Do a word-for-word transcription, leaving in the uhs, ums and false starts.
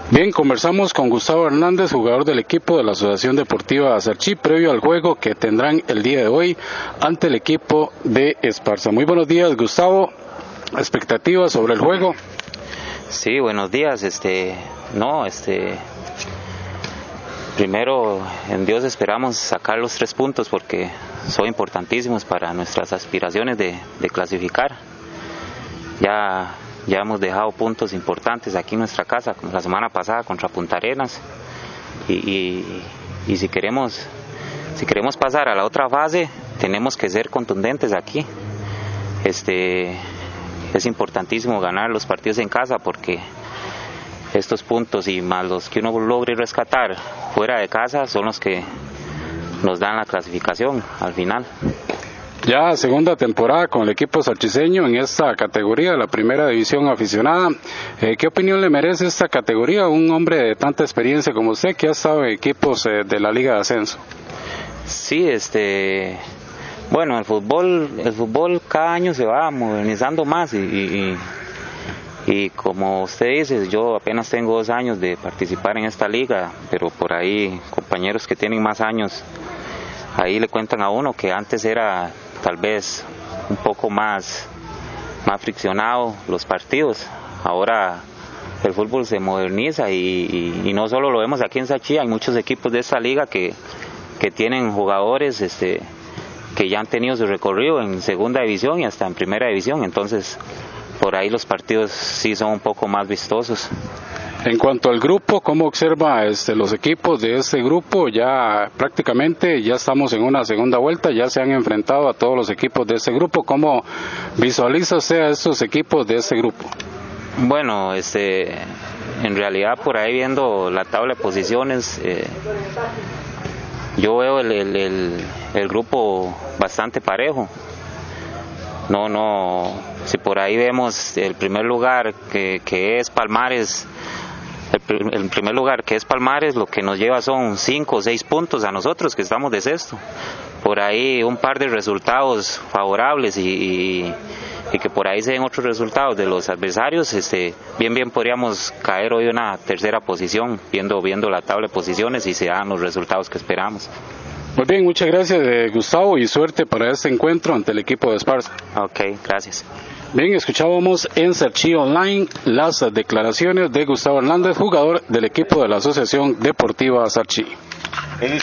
Bien, conversamos con Gustavo Hernández, jugador del equipo de la Asociación Deportiva Sarchí, previo al juego que tendrán el día de hoy ante el equipo de Esparza. Muy buenos días, Gustavo. ¿Expectativas sobre el juego? Sí, buenos días. Este, no, este, primero en Dios esperamos sacar los tres puntos porque son importantísimos para nuestras aspiraciones de, de clasificar. Ya Ya hemos dejado puntos importantes aquí en nuestra casa, como la semana pasada contra Punta Arenas, y, y, y si queremos si queremos pasar a la otra fase, tenemos que ser contundentes aquí. Este, es importantísimo ganar los partidos en casa porque estos puntos y más los que uno logre rescatar fuera de casa son los que nos dan la clasificación al final. Ya segunda temporada con el equipo sarchiseño en esta categoría, la primera división aficionada. Eh, ¿Qué opinión le merece esta categoría a un hombre de tanta experiencia como usted que ha estado en equipos eh, de la Liga de Ascenso? Sí, este, bueno, el fútbol, el fútbol cada año se va modernizando más y, y, y como usted dice, yo apenas tengo dos años de participar en esta liga, pero por ahí compañeros que tienen más años, ahí le cuentan a uno que antes era tal vez un poco más, más friccionado los partidos. Ahora el fútbol se moderniza y, y, y no solo lo vemos aquí en Sarchí, hay muchos equipos de esta liga que, que tienen jugadores este, que ya han tenido su recorrido en segunda división y hasta en primera división, entonces por ahí los partidos sí son un poco más vistosos. En cuanto al grupo, ¿cómo observa este, los equipos de este grupo? Ya prácticamente ya estamos en una segunda vuelta, ya se han enfrentado a todos los equipos de este grupo. ¿Cómo visualiza usted a estos equipos de este grupo? Bueno, este, en realidad por ahí viendo la tabla de posiciones, eh, yo veo el, el, el, el grupo bastante parejo. No, no, si por ahí vemos el primer lugar que, que es Palmares, el, el primer lugar que es Palmares, lo que nos lleva son cinco o seis puntos a nosotros que estamos de sexto. Por ahí un par de resultados favorables y, y, y que por ahí se den otros resultados de los adversarios, este, bien bien podríamos caer hoy en una tercera posición, viendo, viendo la tabla de posiciones y se dan los resultados que esperamos. Muy bien, muchas gracias eh, Gustavo y suerte para este encuentro ante el equipo de Esparza. Ok, gracias. Bien, escuchábamos en Sarchí Online las declaraciones de Gustavo Hernández, jugador del equipo de la Asociación Deportiva Sarchí.